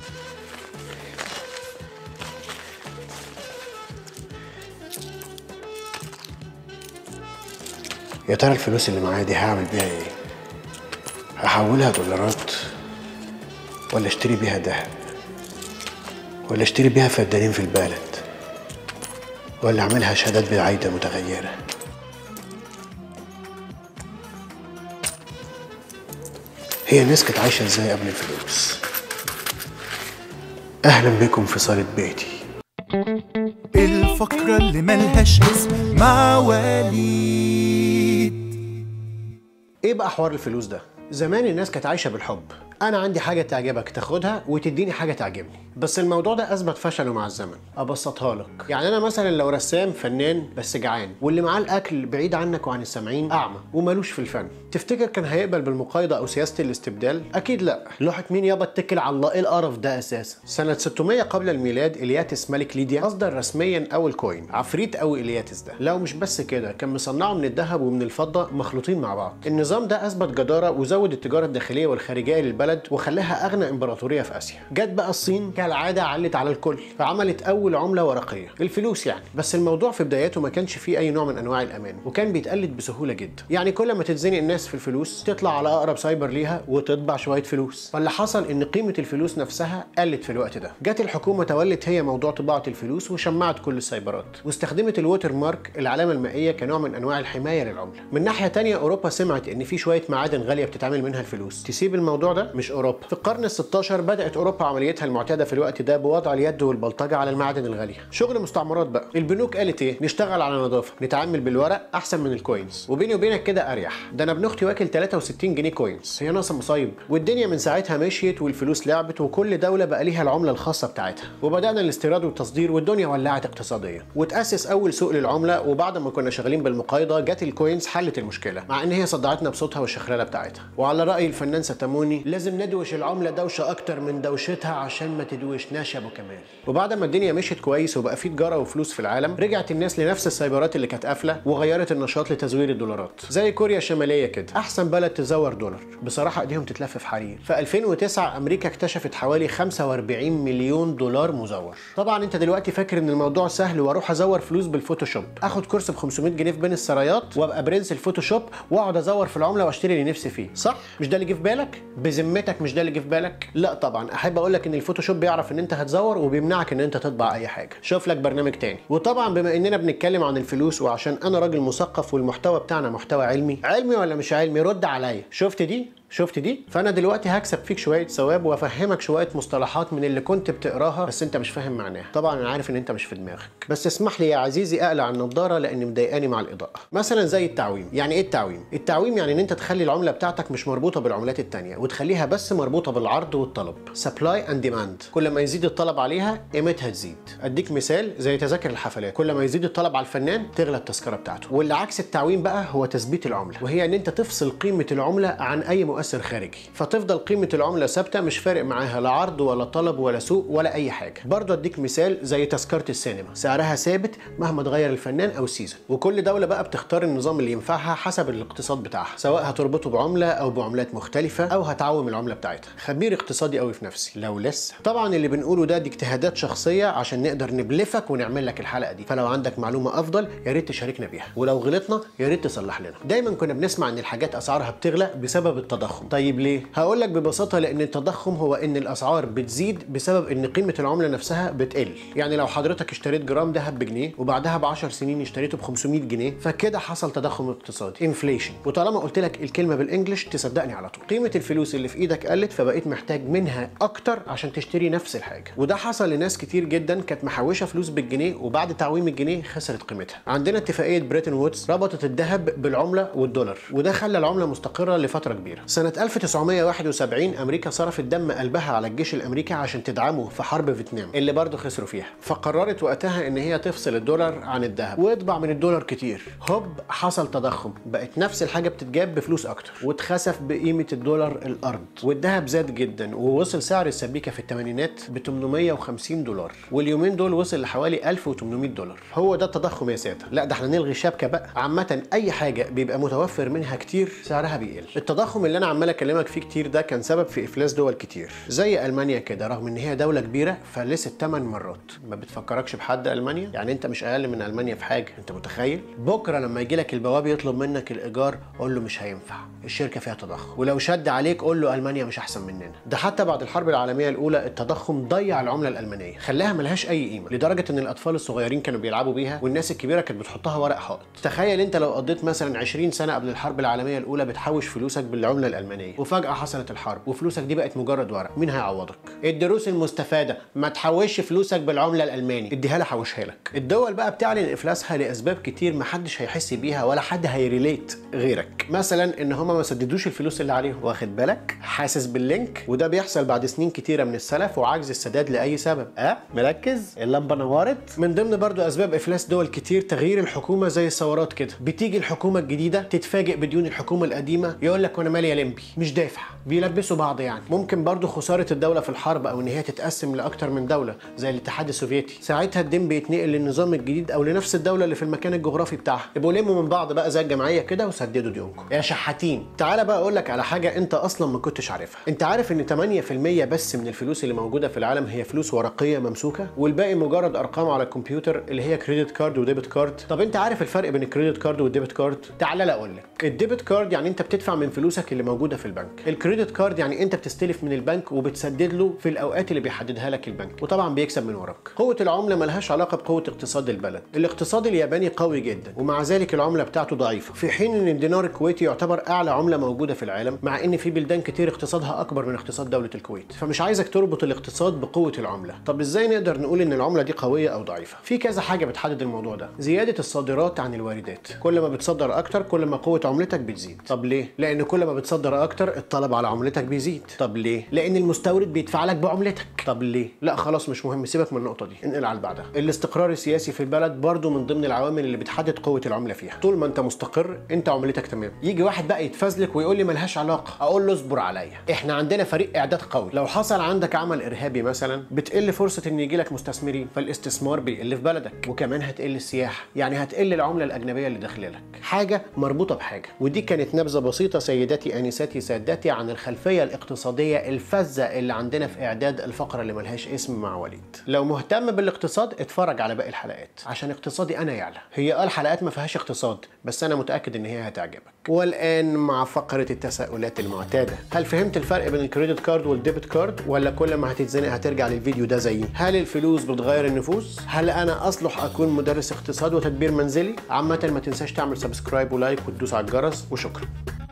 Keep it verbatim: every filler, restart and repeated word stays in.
يا ترى الفلوس اللي معايا دي هعمل بيها ايه؟ هحولها دولارات ولا اشتري بيها دهب ولا اشتري بيها فدانين في البلد ولا اعملها شهادات بعايدة متغيرة؟ هي الناس كانت عايشة ازاي قبل الفلوس؟ اهلا بكم في صالة بيتي. الفقرة اللي ملهاش اسم مع وليد. ايه بقى حوار الفلوس ده؟ زمان الناس كانت عايشة بالحب، أنا عندي حاجة تعجبك تاخدها وتديني حاجة تعجبني، بس الموضوع ده أثبت فشله مع الزمن. أبسطها لك، يعني أنا مثلا لو رسام فنان بس جعان واللي معاه الأكل بعيد عنك وعن السامعين أعمى ومالوش في الفن، تفتكر كان هيقبل بالمقايضة أو سياسة الاستبدال؟ أكيد لأ. لوحة مين يابا اتكل على الله، إيه القرف ده أساسا؟ سنة ستمية قبل الميلاد إلياتس ملك ليديا أصدر رسميا أول كوين، عفريت أو إلياتس ده. لو مش بس كده، كان مصنعه من الذهب ومن الفضة مخلوطين مع بعض. النظام ده أثبت جدارة وزود التجارة الداخلية والخارجية للبلد وخلاها اغنى امبراطوريه في اسيا. جت بقى الصين كالعاده علت على الكل، فعملت اول عمله ورقيه، الفلوس يعني. بس الموضوع في بداياته ما كانش فيه اي نوع من انواع الامان، وكان بيتقلد بسهوله جدا. يعني كل ما تتزنق الناس في الفلوس تطلع على اقرب سايبر ليها وتطبع شويه فلوس. فاللي حصل ان قيمه الفلوس نفسها قلت في الوقت ده. جت الحكومه تولت هي موضوع طباعه الفلوس وشمعت كل السايبرات، واستخدمت الووتر مارك العلامه المائيه كنوع من انواع الحمايه للعمله. من ناحيه ثانيه اوروبا سمعت ان في شويه معادن غاليه بتتعمل منها الفلوس، تسيب الموضوع ده؟ مش اوروبا. في القرن الستاشر بدأت أوروبا عمليتها المعتادة في الوقت ده بوضع اليد والبلطجة على المعادن الغالية. شغل مستعمرات بقى. البنوك قالت إيه؟ نشتغل على نظافة، نتعامل بالورق أحسن من الكوينز، وبيني وبينك كده أريح. ده أنا ابن أختي واكل تلاتة وستين جنيه كوينز، هي ناقصة مصايب. والدنيا من ساعتها مشيت والفلوس لعبت، وكل دولة بقى ليها العملة الخاصة بتاعتها، وبدأنا الاستيراد والتصدير والدنيا ولعت اقتصاديا، وتأسس أول سوق للعملة. وبعد ما كنا شغالين بالمقايضة جت الكوينز حلت المشكلة، مع إن هي صدعتنا بصوتها والشخللة بتاعتها. وعلى رأي الفنان ستاموني لازم ندوش العملة دوشة أكتر من دوشتها عشان ما تدوشناش يا ابو كمال. وبعد ما الدنيا مشيت كويس وبقى في تجاره وفلوس في العالم، رجعت الناس لنفس السايبرات اللي كانت قافله وغيرت النشاط لتزوير الدولارات، زي كوريا الشماليه كده، احسن بلد تزور دولار. بصراحه ايديهم تتلف في حرير. في ألفين وتسعة امريكا اكتشفت حوالي خمسة وأربعين مليون دولار مزور. طبعا انت دلوقتي فاكر ان الموضوع سهل واروح ازور فلوس بالفوتوشوب، اخد كورس ب خمسمية جنيه في بين السرايات وابقى برنس الفوتوشوب واقعد ازور في العمله واشتري اللي نفسي فيه، صح؟ مش ده اللي جه في بالك؟ بذمتك مش ده اللي جه في بالك؟ لا طبعا. احب اقول لك ان الفوتوشوب بيعرف ان انت هتزور وبيمنعك ان انت تطبع اي حاجه. شوف لك برنامج تاني. وطبعا بما اننا بنتكلم عن الفلوس وعشان انا راجل مثقف والمحتوى بتاعنا محتوى علمي، علمي ولا مش علمي؟ رد عليا. شفت دي؟ شفت دي؟ فانا دلوقتي هكسب فيك شويه ثواب وافهمك شويه مصطلحات من اللي كنت بتقراها بس انت مش فاهم معناها. طبعا انا عارف ان انت مش في دماغك، بس اسمح لي يا عزيزي اقلع النضاره لان مضايقاني مع الاضاءه. مثلا زي التعويم. يعني ايه التعويم؟ التعويم يعني ان انت تخلي العمله بتاعتك مش مربوطه بالعملات الثانيه وتخليها بس مربوطه بالعرض والطلب، سبلاي اند ديماند. كل ما يزيد الطلب عليها قيمتها تزيد. اديك مثال زي تذاكر الحفلات، كل ما يزيد الطلب على الفنان تغلى التذكره بتاعته. واللي عكس التعويم بقى هو تثبيت العمله، وهي ان انت تفصل قيمه العمله عن اي مؤثر خارجي، فتفضل قيمه العمله ثابته مش فارق معاها لا عرض ولا طلب ولا سوق ولا اي حاجه. برضه اديك مثال زي تذكره السينما، سعرها ثابت مهما اتغير الفنان او السيزون. وكل دوله بقى بتختار النظام اللي ينفعها حسب الاقتصاد بتاعها، سواء هتربطه بعمله او بعملات مختلفه او هتعوم العمله بتاعتها. خبير اقتصادي قوي في نفسي لو لسه. طبعا اللي بنقوله ده دي اجتهادات شخصيه عشان نقدر نبلفك ونعمل لك الحلقه دي، فلو عندك معلومه افضل يا ريت تشاركنا بيها، ولو غلطنا يا ريت تصلح لنا. دايما كنا بنسمع ان الحاجات اسعارها بتغلى بسبب التضخم. طيب ليه؟ هقول لك ببساطه لان التضخم هو ان الاسعار بتزيد بسبب ان قيمه العمله نفسها بتقل. يعني لو حضرتك اشتريت جرام ذهب بجنيه وبعدها ب عشر سنين اشتريته ب خمسمية جنيه، فكده حصل تضخم اقتصادي، انفليشن. وطالما قلت لك الكلمه بالانجلش تصدقني على طول. قيمه الفلوس اللي في ايدك قلت فبقيت محتاج منها اكتر عشان تشتري نفس الحاجه. وده حصل لناس كتير جدا كانت محوشه فلوس بالجنيه وبعد تعويم الجنيه خسرت قيمتها. عندنا اتفاقيه بريتن وودز ربطت الذهب بالعمله والدولار، وده خلى العمله مستقره لفتره كبيره. سنه ألف وتسعمية وواحد وسبعين امريكا صرفت دم قلبها على الجيش الامريكي عشان تدعمه في حرب فيتنام اللي برضه خسروا فيها، فقررت وقتها ان هي تفصل الدولار عن الذهب ويطبع من الدولار كتير. هوب حصل تضخم، بقت نفس الحاجه بتتجاب بفلوس اكتر، واتخسف بقيمه الدولار الارض. والذهب زاد جدا ووصل سعر السبيكه في الثمانينات ب ثمنمية وخمسين دولار، واليومين دول وصل لحوالي ألف وثمنمية دولار. هو ده التضخم يا ساده. لا ده احنا نلغي الشبكه بقى. عامه اي حاجه بيبقى متوفر منها كتير سعرها بيقل. التضخم اللي انا انا عمال اكلمك فيه كتير ده كان سبب في افلاس دول كتير زي المانيا كده، رغم ان هي دوله كبيره فلست ثماني مرات. ما بتفكركش بحد المانيا؟ يعني انت مش اقل من المانيا في حاجه، انت متخيل؟ بكره لما يجي لك البواب يطلب منك الايجار قول له مش هينفع، الشركه فيها تضخم، ولو شد عليك قول له المانيا مش احسن مننا. ده حتى بعد الحرب العالميه الاولى التضخم ضيع العمله الالمانيه، خلاها ملهاش اي قيمه، لدرجه ان الاطفال الصغيرين كانوا بيلعبوا بيها والناس الكبيره كانت بتحطها ورق حائط. تخيل انت لو قضيت مثلا عشرين سنه قبل الحرب العالميه الاولى بتحوش فلوسك بالعمله الالمانيه، وفجاه حصلت الحرب وفلوسك دي بقت مجرد ورق، مين هيعوضك؟ الدروس المستفاده، ما تحوش فلوسك بالعمله الالماني، اديها لي حوشها لك. الدول بقى بتعلن افلاسها لاسباب كتير محدش هيحس بيها ولا حد هيريليت غيرك. مثلا ان هم ما سددوش الفلوس اللي عليهم، واخد بالك؟ حاسس باللينك؟ وده بيحصل بعد سنين كتيره من السلف وعجز السداد لاي سبب. اه مركز؟ اللمبه نورت. من ضمن برضو اسباب افلاس دول كتير تغيير الحكومه زي الثورات كده، بتيجي الحكومه الجديده تتفاجئ بديون الحكومه القديمه، يقول لك وانا مالي يا لمبي مش دافع، بيلبسوا بعض يعني. ممكن برضو خساره الدوله في الحرب او ان هي تتقسم لاكتر من دوله زي الاتحاد السوفيتي، ساعتها الدين بيتنقل للنظام الجديد او لنفس الدوله اللي في المكان الجغرافي بتاعها، يبقوا لموا من بعض بقى زي الجمعيه كده وسددوا ديونكم يا شحاتين. تعالى بقى اقول لك على حاجه انت اصلا ما كنتش عارفها. انت عارف ان ثمانية في المية بس من الفلوس اللي موجوده في العالم هي فلوس ورقيه ممسوكه، والباقي مجرد ارقام على الكمبيوتر اللي هي كريدت كارد وديبت كارد؟ طب انت عارف الفرق بين الكريدت كارد والديبت كارد؟ تعالى لا اقول لك. الديبت كارد يعني انت بتدفع من فلوسك اللي موجوده في البنك، الكريدت كارد يعني انت بتستلف من البنك وبتسدد له في الاوقات اللي بيحددها لك البنك، وطبعا بيكسب من وراك. قوه العمله ملهاش علاقه بقوه اقتصاد البلد، الاقتصاد الياباني قوي جدا ومع ذلك العمله بتاعته ضعيفه، في حين ان الدينار الكويتي يعتبر اعلى عمله موجوده في العالم، مع ان في بلدان كتير اقتصادها اكبر من اقتصاد دوله الكويت. فمش عايزك تربط الاقتصاد بقوه العمله. طب ازاي نقدر نقول ان العمله دي قويه او ضعيفه؟ في كذا حاجه بتحدد الموضوع ده. زياده الصادرات عن الواردات، كل ما بتصدر اكتر كل ما قوه عملتك بتزيد. طب ليه؟ لان كل ما بتصدر اكتر الطلب على عملتك بيزيد. طب ليه؟ لان المستورد بيدفع لك بعملتك. طب ليه؟ لا خلاص مش مهم، سيبك من النقطه دي، انقل على اللي بعدها. الاستقرار السياسي في البلد برضو من ضمن العوامل اللي بتحدد قوه العمله فيها. طول ما انت مستقر انت عملتك تمام. يجي واحد بقى يتفزلك ويقول لي ملهاش علاقه، اقول له اصبر عليا، احنا عندنا فريق اعداد قوي، لو حصل عندك عمل ارهابي مثلا بتقل فرصه ان يجي لك مستثمرين، فالاستثمار بيقل في بلدك، وكمان هتقل السياحه، يعني هتقل العمله الاجنبيه اللي داخله لك. حاجه مربوطه بحاجه. ودي كانت نبذه بسيطه سيداتي انساتي سادتي عن الخلفيه الاقتصاديه الفذه اللي عندنا في اعداد الفقره اللي ملهاش اسم مع وليد. لو مهتم بالاقتصاد اتفرج على باقي الحلقات عشان اقتصادي انا يعلى. هي اه الحلقات ما فيهاش اقتصاد بس انا متاكد ان هي هتعجبك. والان مع فقره التساؤلات المعتاده. هل فهمت الفرق بين الكريدت كارد والديبت كارد، ولا كل ما هتتزنق هترجع للفيديو ده زيي؟ هل الفلوس بتغير النفوس؟ هل انا اصلح اكون مدرس اقتصاد وتدبير منزلي؟ عامه ما تنساش تعمل سبسكرايب ولايك وتدوس على الجرس، وشكرا.